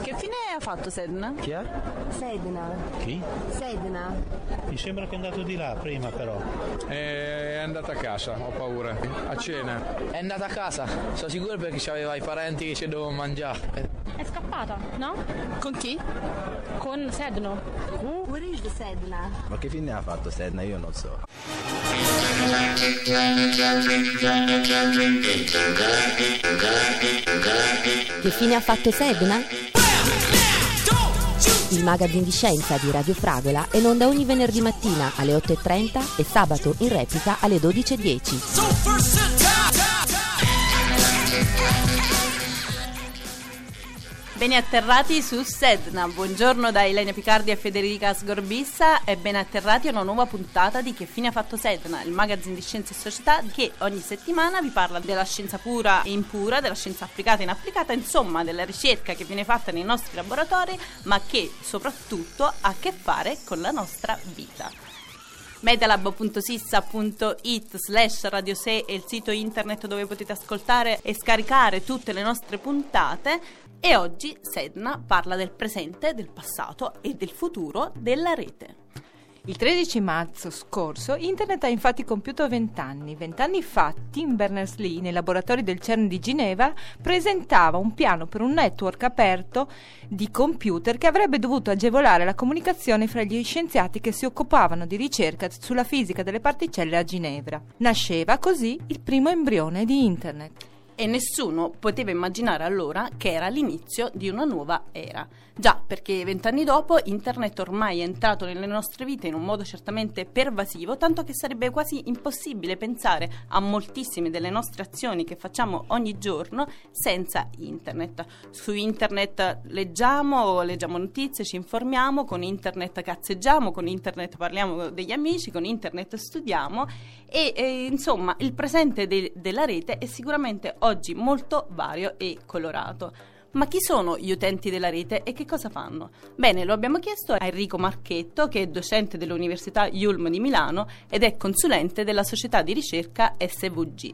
Che fine ha fatto Sedna? Chi è? Sedna. Chi? Sedna. Mi sembra che è andato di là prima però. È andata a casa, ho paura. A cena. È andata a casa, sono sicuro perché c'aveva i parenti che ci dovevano mangiare. È scappata, no? Con chi? Con Sedno. Where is the Sedna? Ma che fine ha fatto Sedna? Io non so. Che fine ha fatto Sedna? Il magazine di scienza di Radio Fragola è in onda ogni venerdì mattina alle 8:30 e sabato in replica alle 12:10. Ben atterrati su Sedna. Buongiorno da Ilenia Picardi e Federica Sgorbissa e ben atterrati a una nuova puntata di Che fine ha fatto Sedna, il magazine di scienza e società che ogni settimana vi parla della scienza pura e impura, della scienza applicata e inapplicata, insomma della ricerca che viene fatta nei nostri laboratori, ma che soprattutto ha a che fare con la nostra vita. Medalab.sissa.it/Radio 6 è il sito internet dove potete ascoltare e scaricare tutte le nostre puntate. E oggi Sedna parla del presente, del passato e del futuro della rete. Il 13 marzo scorso Internet ha infatti compiuto 20 anni. 20 anni fa Tim Berners-Lee, nei laboratori del CERN di Ginevra, presentava un piano per un network aperto di computer che avrebbe dovuto agevolare la comunicazione fra gli scienziati che si occupavano di ricerca sulla fisica delle particelle a Ginevra. Nasceva così il primo embrione di Internet. E nessuno poteva immaginare allora che era l'inizio di una nuova era. Già, perché 20 anni dopo Internet ormai è entrato nelle nostre vite in un modo certamente pervasivo, tanto che sarebbe quasi impossibile pensare a moltissime delle nostre azioni che facciamo ogni giorno senza Internet. Su Internet leggiamo notizie, ci informiamo, con Internet cazzeggiamo, con Internet parliamo degli amici, con Internet studiamo e insomma il presente della rete è sicuramente oggi molto vario e colorato. Ma chi sono gli utenti della rete e che cosa fanno? Bene, lo abbiamo chiesto a Enrico Marchetto, che è docente dell'Università Yulm di Milano ed è consulente della società di ricerca SVG.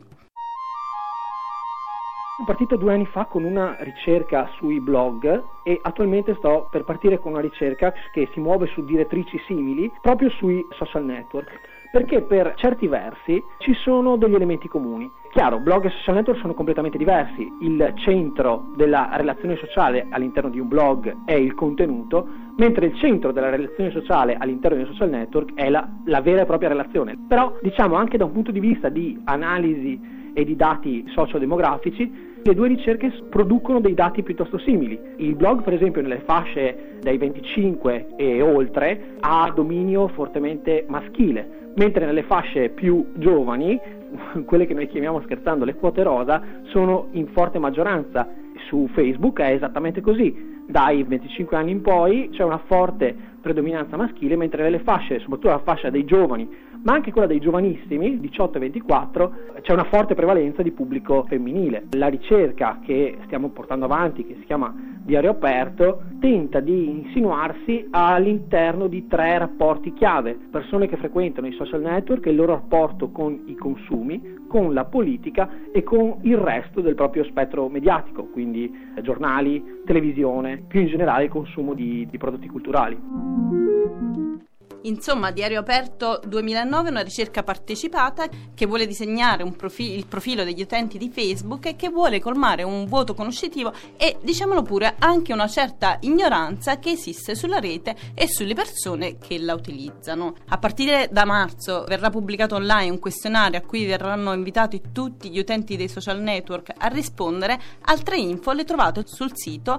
Sono partito 2 anni fa con una ricerca sui blog e attualmente sto per partire con una ricerca che si muove su direttrici simili proprio sui social network, perché per certi versi ci sono degli elementi comuni. Chiaro, blog e social network sono completamente diversi. Il centro della relazione sociale all'interno di un blog è il contenuto, mentre il centro della relazione sociale all'interno di un social network è la vera e propria relazione. Però, diciamo, anche da un punto di vista di analisi e di dati sociodemografici, le due ricerche producono dei dati piuttosto simili. Il blog, per esempio, nelle fasce dai 25 e oltre ha dominio fortemente maschile, mentre nelle fasce più giovani, quelle che noi chiamiamo scherzando le quote rosa, sono in forte maggioranza. Su Facebook è esattamente così. Dai 25 anni in poi c'è una forte predominanza maschile, mentre nelle fasce, soprattutto la fascia dei giovani, ma anche quella dei giovanissimi, 18 e 24, c'è una forte prevalenza di pubblico femminile. La ricerca che stiamo portando avanti, che si chiama Diario Aperto, tenta di insinuarsi all'interno di 3 rapporti chiave: persone che frequentano i social network e il loro rapporto con i consumi, con la politica e con il resto del proprio spettro mediatico, quindi giornali, televisione, più in generale il consumo di prodotti culturali. Insomma, Diario Aperto 2009 è una ricerca partecipata che vuole disegnare il profilo degli utenti di Facebook e che vuole colmare un vuoto conoscitivo e, diciamolo pure, anche una certa ignoranza che esiste sulla rete e sulle persone che la utilizzano. A partire da marzo verrà pubblicato online un questionario a cui verranno invitati tutti gli utenti dei social network a rispondere. Altre info le trovate sul sito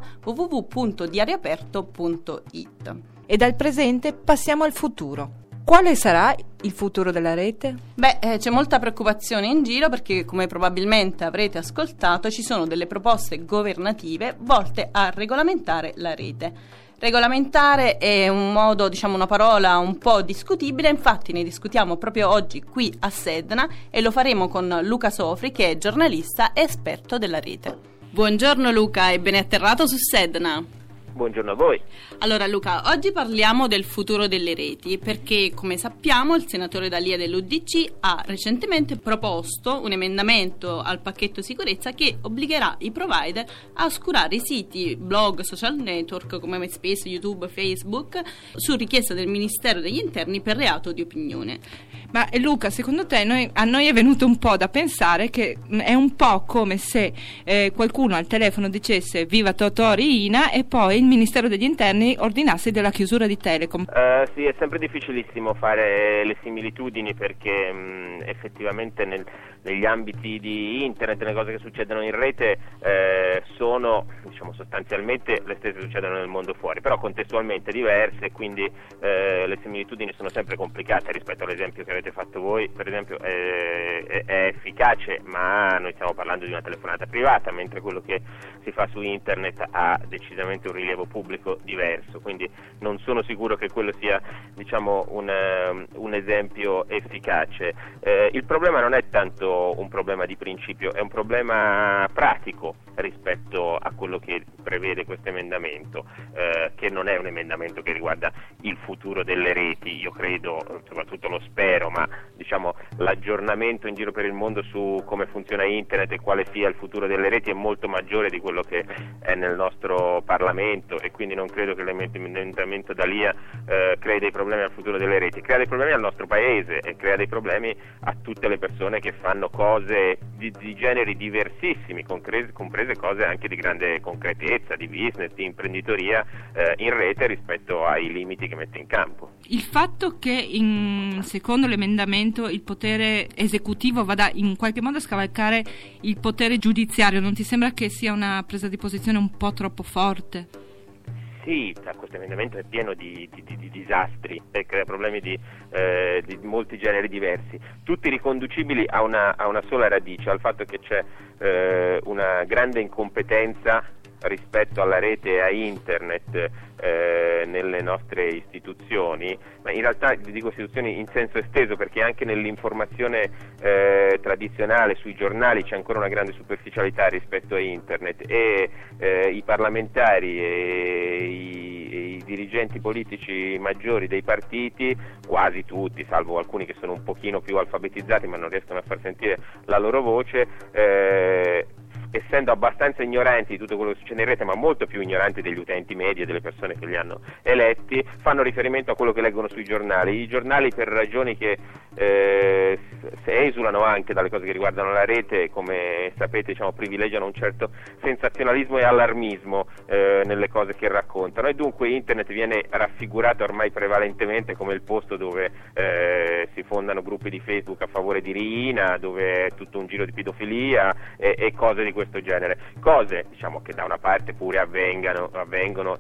www.diarioaperto.it. E dal presente passiamo al futuro. Quale sarà il futuro della rete? C'è molta preoccupazione in giro perché, come probabilmente avrete ascoltato, ci sono delle proposte governative volte a regolamentare la rete. Regolamentare è un modo, una parola un po' discutibile, infatti ne discutiamo proprio oggi qui a Sedna e lo faremo con Luca Sofri, che è giornalista e esperto della rete. Buongiorno Luca e ben atterrato su Sedna. Buongiorno a voi. Allora Luca, oggi parliamo del futuro delle reti perché, come sappiamo, il senatore D'Alia dell'UDC ha recentemente proposto un emendamento al pacchetto sicurezza che obbligherà i provider a oscurare i siti, blog, social network come MySpace, YouTube, Facebook su richiesta del Ministero degli Interni per reato di opinione. Ma Luca, secondo te a noi è venuto un po' da pensare che è un po' come se qualcuno al telefono dicesse viva Totò Riina e poi il Ministero degli Interni ordinasse della chiusura di Telecom. Sì, è sempre difficilissimo fare le similitudini perché effettivamente negli ambiti di internet, le cose che succedono in rete sono, diciamo, sostanzialmente le stesse che succedono nel mondo fuori, però contestualmente diverse, quindi le similitudini sono sempre complicate. Rispetto all'esempio che avete fatto voi, per esempio, è efficace, ma noi stiamo parlando di una telefonata privata, mentre quello che si fa su internet ha decisamente un rilievo pubblico diverso, quindi non sono sicuro che quello sia, diciamo, un esempio efficace. Il problema non è tanto un problema di principio, è un problema pratico rispetto a quello che prevede questo emendamento, che non è un emendamento che riguarda il futuro delle reti. Io credo, soprattutto lo spero, ma diciamo l'aggiornamento in giro per il mondo su come funziona internet e quale sia il futuro delle reti è molto maggiore di quello che è nel nostro Parlamento, e quindi non credo che l'emendamento D'Alia crei dei problemi al futuro delle reti. Crea dei problemi al nostro paese e crea dei problemi a tutte le persone che fanno cose di generi diversissimi, comprese cose anche di grande concretezza, di business, di imprenditoria in rete rispetto ai limiti che mette in campo. Il fatto che secondo l'emendamento il potere esecutivo vada in qualche modo a scavalcare il potere giudiziario, non ti sembra che sia una presa di posizione un po' troppo forte? Sì, questo emendamento è pieno di disastri e crea problemi di molti generi diversi, tutti riconducibili a una sola radice, al fatto che c'è una grande incompetenza rispetto alla rete e a internet nelle nostre istituzioni, ma in realtà dico istituzioni in senso esteso, perché anche nell'informazione tradizionale sui giornali c'è ancora una grande superficialità rispetto a internet, e i parlamentari e i dirigenti politici maggiori dei partiti, quasi tutti, salvo alcuni che sono un pochino più alfabetizzati ma non riescono a far sentire la loro voce, essendo abbastanza ignoranti di tutto quello che succede in rete, ma molto più ignoranti degli utenti medi e delle persone che li hanno eletti, fanno riferimento a quello che leggono sui giornali. I giornali, per ragioni che esulano anche dalle cose che riguardano la rete, come sapete, diciamo, privilegiano un certo sensazionalismo e allarmismo nelle cose che raccontano, e dunque internet viene raffigurato ormai prevalentemente come il posto dove si fondano gruppi di Facebook a favore di Riina, dove è tutto un giro di pedofilia e cose di questo genere, cose, diciamo, che da una parte pure avvengono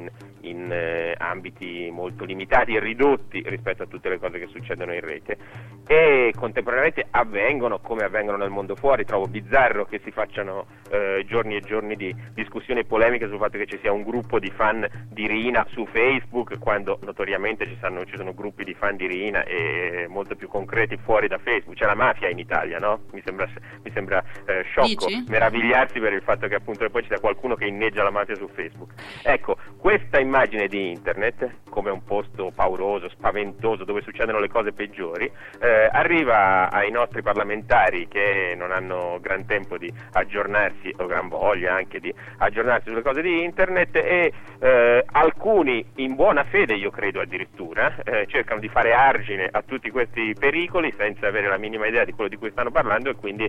in ambiti molto limitati e ridotti rispetto a tutte le cose che succedono in rete, e contemporaneamente avvengono come avvengono nel mondo fuori. Trovo bizzarro che si facciano giorni e giorni di discussioni e polemiche sul fatto che ci sia un gruppo di fan di Riina su Facebook, quando notoriamente ci sono gruppi di fan di Riina e molto più concreti fuori da Facebook. C'è la mafia in Italia, no? Mi sembra sciocco meravigliarsi per il fatto che appunto poi ci sia qualcuno che inneggia la mafia su Facebook. Ecco, questa immagine di internet come un posto pauroso, spaventoso, dove succedono le cose peggiori, arriva ai nostri parlamentari che non hanno gran tempo di aggiornarsi, o gran voglia anche di aggiornarsi sulle cose di internet, e alcuni in buona fede, io credo addirittura, cercano di fare argine a tutti questi pericoli senza avere la minima idea di quello di cui stanno parlando, e quindi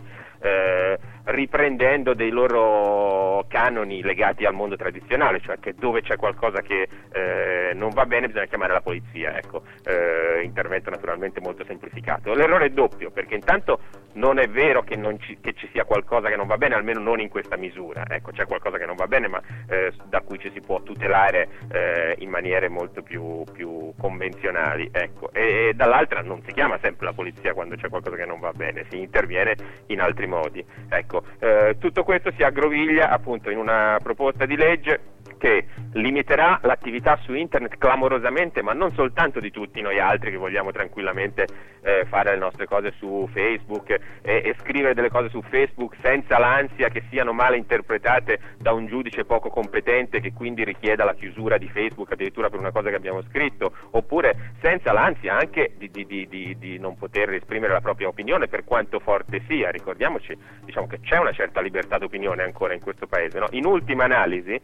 riprendendo dei loro canoni legati al mondo tradizionale, cioè che dove c'è qualcosa che non va bene bisogna chiamare la polizia, ecco, intervento naturalmente molto semplificato. L'errore è doppio, perché intanto non è vero che ci sia qualcosa che non va bene, almeno non in questa misura, ecco, c'è qualcosa che non va bene, ma da cui ci si può tutelare in maniere molto più convenzionali, ecco, e dall'altra non si chiama sempre la polizia quando c'è qualcosa che non va bene, si interviene in altri modi, ecco. Tutto questo si aggroviglia appunto in una proposta di legge che limiterà l'attività su internet clamorosamente, ma non soltanto di tutti noi altri che vogliamo tranquillamente fare le nostre cose su Facebook e scrivere delle cose su Facebook senza l'ansia che siano male interpretate da un giudice poco competente che quindi richieda la chiusura di Facebook addirittura per una cosa che abbiamo scritto, oppure senza l'ansia anche di non poter esprimere la propria opinione per quanto forte sia. Ricordiamoci, diciamo, che c'è una certa libertà d'opinione ancora in questo paese, no? In ultima analisi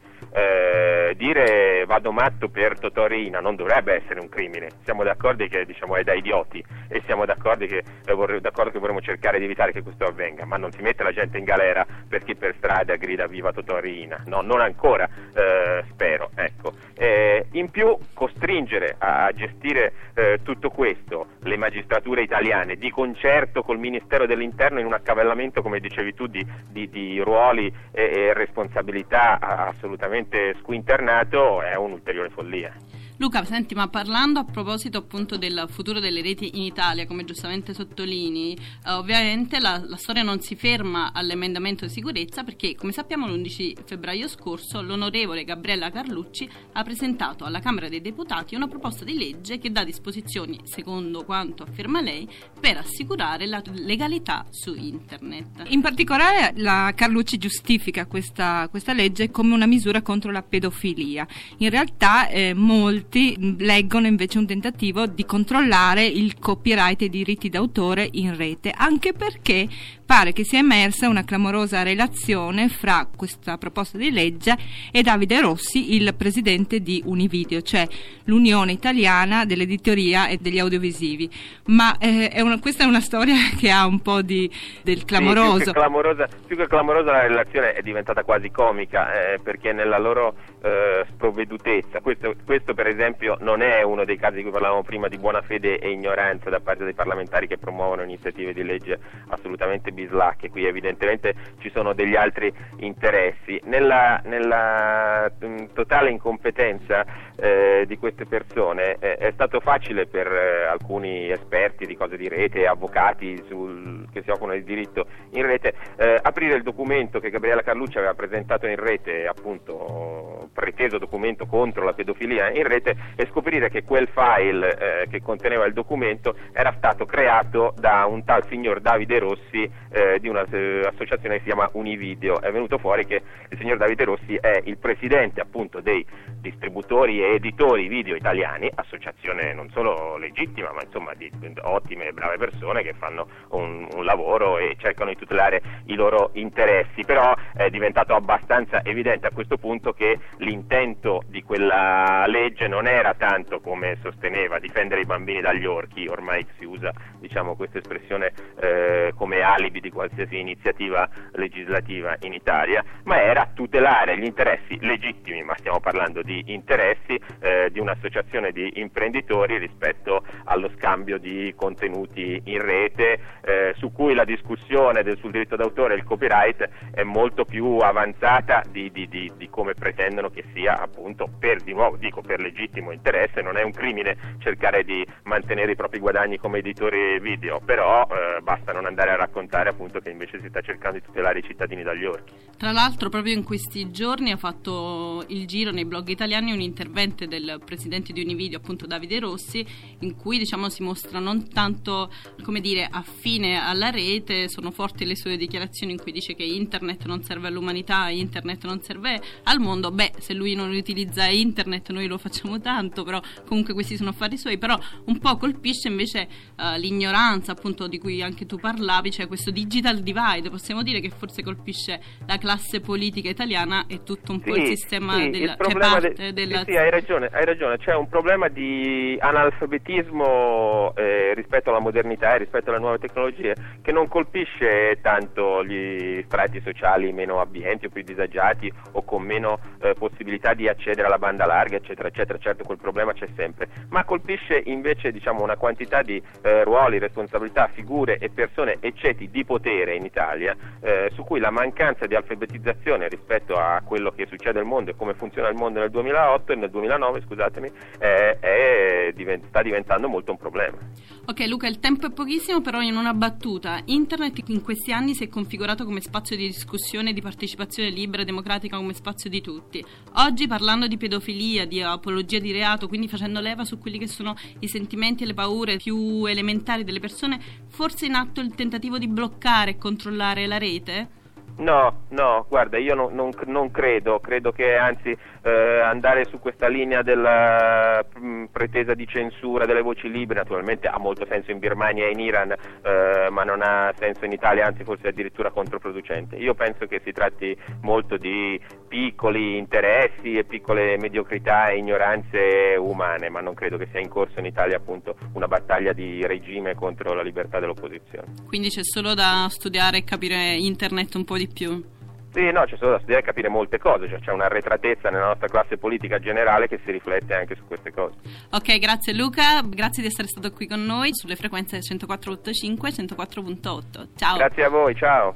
dire vado matto per Totò Riina non dovrebbe essere un crimine, siamo d'accordo che, diciamo, è da idioti e siamo d'accordo che vorremmo cercare di evitare che questo avvenga, ma non si mette la gente in galera perché per strada grida viva Totò Riina, no, non ancora, spero, ecco. In più costringere a gestire tutto questo le magistrature italiane di concerto col Ministero dell'Interno in un accavallamento, come dicevi tu, di ruoli e responsabilità assolutamente squinternato è un'ulteriore follia. Luca, senti, ma parlando a proposito appunto del futuro delle reti in Italia, come giustamente sottolinei, ovviamente la storia non si ferma all'emendamento di sicurezza, perché come sappiamo l'11 febbraio scorso l'onorevole Gabriella Carlucci ha presentato alla Camera dei Deputati una proposta di legge che dà disposizioni, secondo quanto afferma lei, per assicurare la legalità su internet. In particolare la Carlucci giustifica questa legge come una misura contro la pedofilia. In realtà molti leggono invece un tentativo di controllare il copyright e i diritti d'autore in rete, anche perché pare che sia emersa una clamorosa relazione fra questa proposta di legge e Davide Rossi, il presidente di Univideo, cioè l'Unione Italiana dell'Editoria e degli Audiovisivi. Ma questa è una storia che ha un po' del clamoroso. Sì, più che clamorosa la relazione è diventata quasi comica, perché nella loro sprovvedutezza, questo per esempio non è uno dei casi di cui parlavamo prima di buona fede e ignoranza da parte dei parlamentari che promuovono iniziative di legge assolutamente bislacche. Qui evidentemente ci sono degli altri interessi. Nella totale incompetenza di queste persone è stato facile per alcuni esperti di cose di rete, avvocati che si occupano di diritto in rete, aprire il documento che Gabriella Carlucci aveva presentato in rete, appunto preteso documento contro la pedofilia in rete, e scoprire che quel file che conteneva il documento era stato creato da un tal signor Davide Rossi di un'associazione che si chiama Univideo. È venuto fuori che il signor Davide Rossi è il presidente appunto dei distributori e editori video italiani, associazione non solo legittima ma insomma di ottime e brave persone che fanno un lavoro e cercano di tutelare i loro interessi. Però è diventato abbastanza evidente a questo punto che l'intento di quella legge non era tanto, come sosteneva, difendere i bambini dagli orchi. Ormai si usa, diciamo, questa espressione come alibi di qualsiasi iniziativa legislativa in Italia, ma era tutelare gli interessi legittimi, ma stiamo parlando di interessi di un'associazione di imprenditori rispetto allo scambio di contenuti in rete, su cui la discussione sul diritto d'autore e il copyright è molto più avanzata di come pretendono che sia, appunto, per legittimo interesse. Non è un crimine cercare di mantenere i propri guadagni come editori video, però basta non andare a raccontare appunto che invece si sta cercando di tutelare i cittadini dagli orchi. Tra l'altro proprio in questi giorni ha fatto il giro nei blog italiani un intervento del presidente di Univideo, appunto Davide Rossi, in cui, diciamo, si mostra non tanto, come dire, affine alla rete. Sono forti le sue dichiarazioni in cui dice che internet non serve all'umanità, internet non serve al mondo. Beh, se lui non utilizza internet noi lo facciamo tanto, però comunque questi sono affari suoi. Però un po' colpisce invece l'ignoranza, appunto, di cui anche tu parlavi, cioè questo digital divide, possiamo dire, che forse colpisce la classe politica italiana e tutto un po' il sistema della... Sì, hai ragione, c'è un problema di analfabetismo rispetto alla modernità e rispetto alle nuove tecnologie, che non colpisce tanto gli strati sociali meno abbienti o più disagiati o con meno possibilità di accedere alla banda larga, eccetera eccetera. Certo, quel problema c'è sempre, ma colpisce invece, diciamo, una quantità di ruoli, responsabilità, figure e persone e ceti di potere in Italia, su cui la mancanza di alfabetizzazione rispetto a quello che succede nel mondo e come funziona il mondo nel 2009, sta diventando molto un problema. Ok Luca, il tempo è pochissimo, però in una battuta: internet in questi anni si è configurato come spazio di discussione e di partecipazione libera e democratica, come spazio di tutti. Oggi, parlando di pedofilia, di apologia di reato, quindi facendo leva su quelli che sono i sentimenti e le paure più elementari delle persone, forse è in atto il tentativo di bloccare e controllare la rete? No, guarda, io non credo che anzi andare su questa linea della pretesa di censura delle voci libere naturalmente ha molto senso in Birmania e in Iran, ma non ha senso in Italia, anzi forse addirittura controproducente. Io penso che si tratti molto di piccoli interessi e piccole mediocrità e ignoranze umane, ma non credo che sia in corso in Italia appunto una battaglia di regime contro la libertà dell'opposizione. Quindi c'è solo da studiare e capire internet un po' di più? Sì, no, c'è solo da studiare e capire molte cose, cioè c'è un'arretratezza nella nostra classe politica generale che si riflette anche su queste cose. Ok, grazie Luca, grazie di essere stato qui con noi sulle frequenze 104.5 e 104.8. Ciao. Grazie a voi, ciao.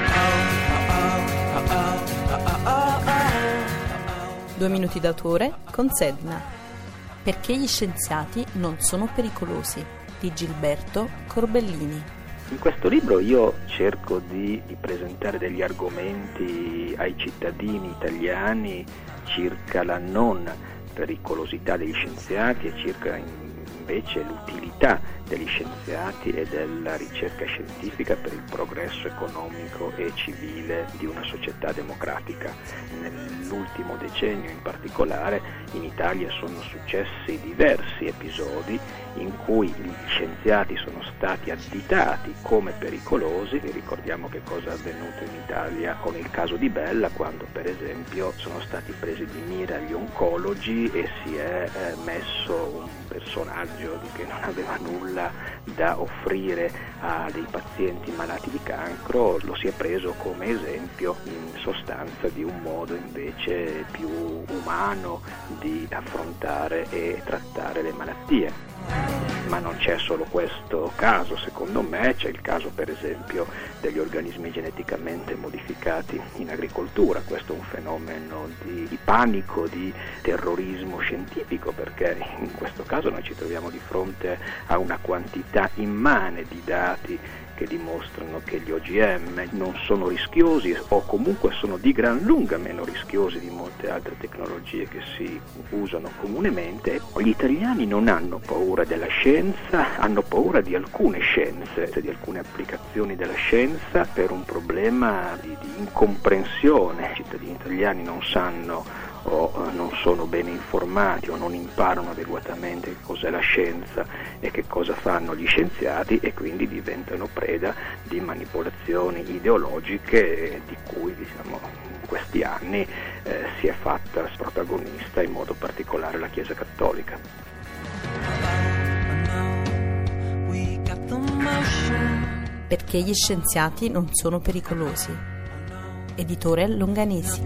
2 minuti d'autore con Sedna. Perché gli scienziati non sono pericolosi, di Gilberto Corbellini. In questo libro io cerco di presentare degli argomenti ai cittadini italiani circa la non pericolosità degli scienziati e circa invece l'utilità degli scienziati e della ricerca scientifica per il progresso economico e civile di una società democratica. Nell'ultimo decennio in particolare in Italia sono successi diversi episodi in cui gli scienziati sono stati additati come pericolosi. Ricordiamo che cosa è avvenuto in Italia con il caso Di Bella, quando per esempio sono stati presi di mira gli oncologi e si è messo un personaggio che non aveva nulla da offrire a dei pazienti malati di cancro, lo si è preso come esempio in sostanza di un modo invece più umano di affrontare e trattare le malattie. Ma non c'è solo questo caso, secondo me c'è il caso per esempio degli organismi geneticamente modificati in agricoltura. Questo è un fenomeno di panico, di terrorismo scientifico, perché in questo caso noi ci troviamo di fronte a una quantità immane di dati che dimostrano che gli OGM non sono rischiosi o comunque sono di gran lunga meno rischiosi di molte altre tecnologie che si usano comunemente. Gli italiani non hanno paura della scienza, hanno paura di alcune scienze, di alcune applicazioni della scienza per un problema di incomprensione. I cittadini italiani non sanno o non sono bene informati o non imparano adeguatamente che cos'è la scienza e che cosa fanno gli scienziati, e quindi diventano preda di manipolazioni ideologiche di cui in questi anni si è fatta protagonista in modo particolare la Chiesa Cattolica. Perché gli scienziati non sono pericolosi. Editore Longanesi.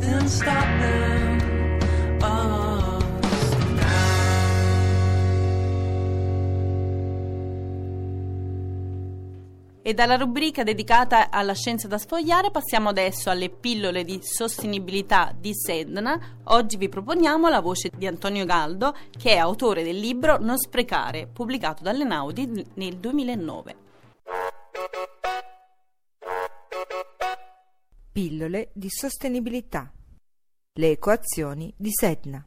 E dalla rubrica dedicata alla scienza da sfogliare passiamo adesso alle pillole di sostenibilità di Sedna. Oggi vi proponiamo la voce di Antonio Galdo, che è autore del libro Non sprecare, pubblicato dall'Enaudi nel 2009. Pillole di sostenibilità. Le equazioni di Sedna.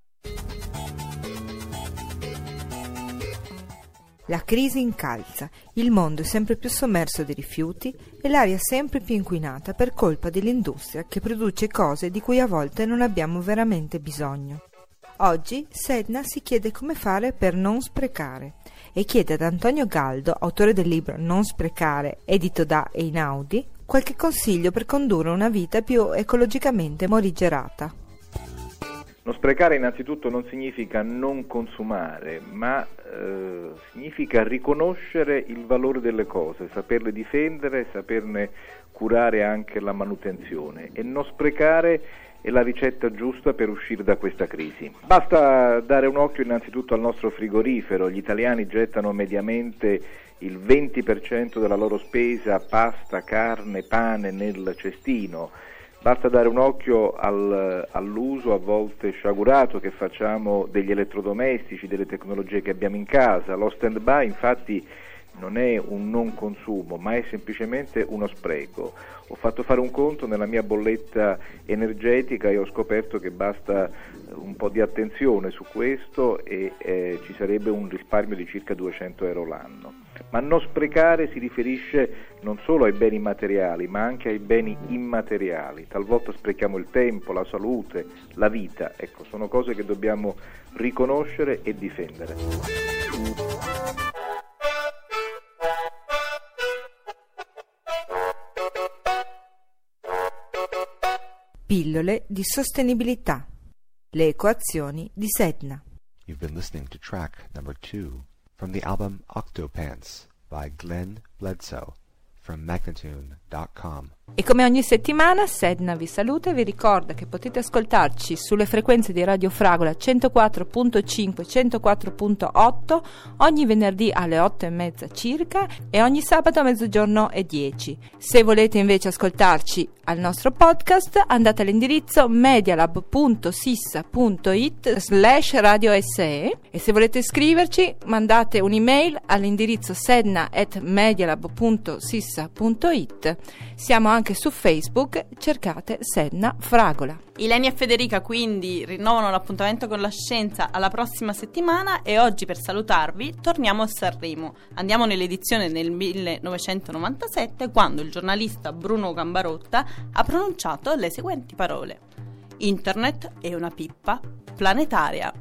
La crisi incalza, il mondo è sempre più sommerso di rifiuti e l'aria sempre più inquinata per colpa dell'industria che produce cose di cui a volte non abbiamo veramente bisogno. Oggi Sedna si chiede come fare per non sprecare e chiede ad Antonio Galdo, autore del libro Non sprecare, edito da Einaudi, qualche consiglio per condurre una vita più ecologicamente morigerata. Non sprecare innanzitutto non significa non consumare, ma significa riconoscere il valore delle cose, saperle difendere, saperne curare anche la manutenzione, e non sprecare è la ricetta giusta per uscire da questa crisi. Basta dare un occhio innanzitutto al nostro frigorifero. Gli italiani gettano mediamente il 20% della loro spesa, pasta, carne, pane, nel cestino. Basta dare un occhio all'uso a volte sciagurato che facciamo degli elettrodomestici, delle tecnologie che abbiamo in casa. Lo stand-by infatti non è un non consumo, ma è semplicemente uno spreco. Ho fatto fare un conto nella mia bolletta energetica e ho scoperto che basta un po' di attenzione su questo e ci sarebbe un risparmio di circa 200 euro l'anno. Ma non sprecare si riferisce non solo ai beni materiali, ma anche ai beni immateriali. Talvolta sprechiamo il tempo, la salute, la vita. Ecco, sono cose che dobbiamo riconoscere e difendere. Pillole di sostenibilità. Le equazioni di Sedna. You've been listening to track number 2 from the album Octopants by Glenn Bledsoe from Magnatune.com. E come ogni settimana Sedna vi saluta e vi ricorda che potete ascoltarci sulle frequenze di Radio Fragola 104.5 104.8 ogni venerdì alle 8:30 circa e ogni sabato a 12:10. Se volete invece ascoltarci al nostro podcast andate all'indirizzo medialab.sissa.it/radioSE e se volete scriverci mandate un'email all'indirizzo sedna@medialab.sissa.it. Siamo anche su Facebook, cercate Sedna Fragola. Ilenia e Federica quindi rinnovano l'appuntamento con la scienza alla prossima settimana e oggi per salutarvi torniamo a Sanremo. Andiamo nell'edizione del 1997 quando il giornalista Bruno Gambarotta ha pronunciato le seguenti parole: Internet è una pippa planetaria.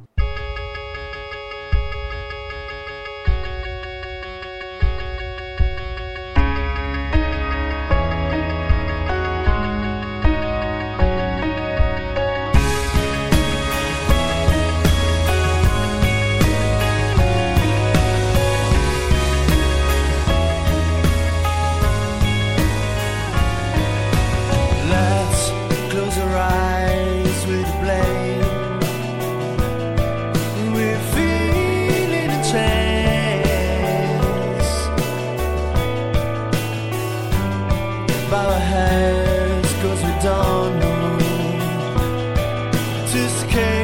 Bow our heads 'cause we don't know to escape.